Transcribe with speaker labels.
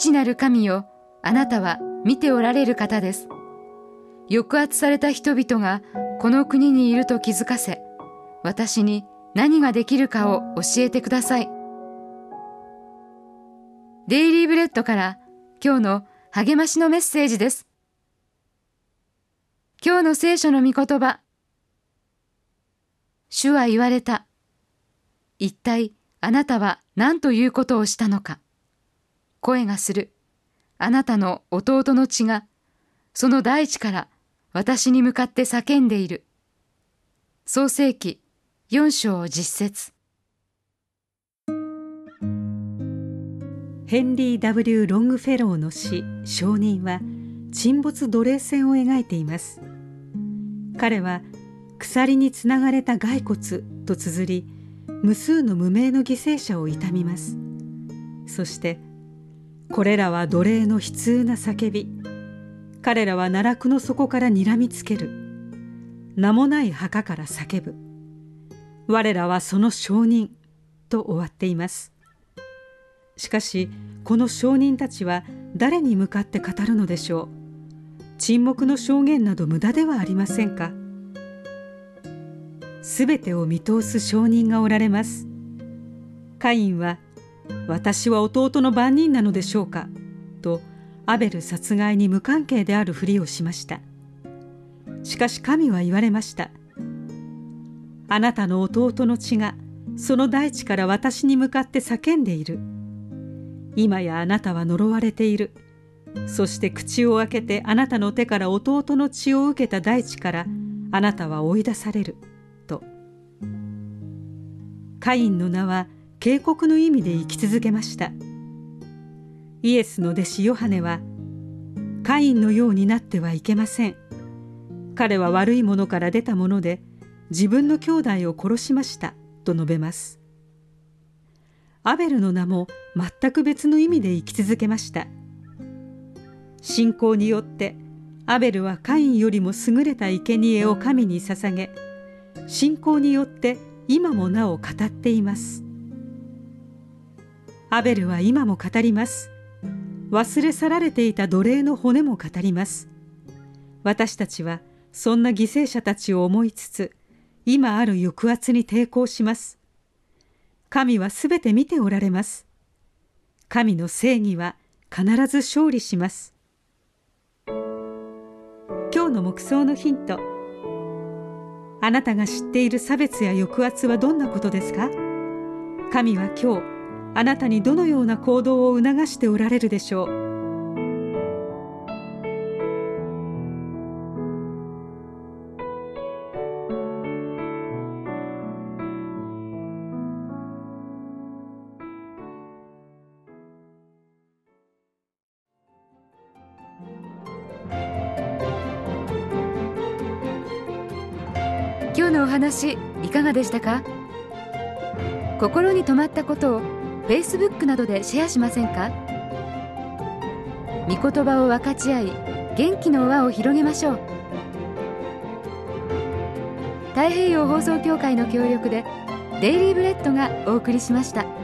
Speaker 1: 父なる神よ、あなたは見ておられる方です。抑圧された人々がこの国にいると気づかせ、私に何ができるかを教えてください。デイリーブレッドから今日の励ましのメッセージです。今日の聖書の御言葉。主は言われた。一体あなたは何ということをしたのか。声がする。あなたの弟の血がその大地から私に向かって叫んでいる。創世記4章10節。
Speaker 2: ヘンリー・ W ・ロングフェローの詩「証人」は沈没奴隷船を描いています。彼は鎖につながれた骸骨と綴り、無数の無名の犠牲者を悼みます。そしてこれらは奴隷の悲痛な叫び、彼らは奈落の底から睨みつける、名もない墓から叫ぶ、我らはその証人と終わっています。しかしこの証人たちは誰に向かって語るのでしょう。沈黙の証言など無駄ではありませんか。すべてを見通す証人がおられます。カインは私は弟の番人なのでしょうかとアベル殺害に無関係であるふりをしました。しかし神は言われました。あなたの弟の血がその大地から私に向かって叫んでいる。今やあなたは呪われている。そして口を開けてあなたの手から弟の血を受けた大地からあなたは追い出されると。カインの名は警告の意味で生き続けました。イエスの弟子ヨハネはカインのようになってはいけません。彼は悪いものから出たもので自分の兄弟を殺しましたと述べます。アベルの名も全く別の意味で生き続けました。信仰によってアベルはカインよりも優れた生贄を神に捧げ、信仰によって今もなお語っています。アベルは今も語ります。忘れ去られていた奴隷の骨も語ります。私たちはそんな犠牲者たちを思いつつ、今ある抑圧に抵抗します。神はすべて見ておられます。神の正義は必ず勝利します。今日の黙想のヒント。あなたが知っている差別や抑圧はどんなことですか？神は今日、あなたにどのような行動を促しておられるでしょう。
Speaker 1: 今日のお話いかがでしたか？心に留まったことを Facebook などでシェアしませんか？御言葉を分かち合い、元気の輪を広げましょう。太平洋放送協会の協力でデイリーブレッドがお送りしました。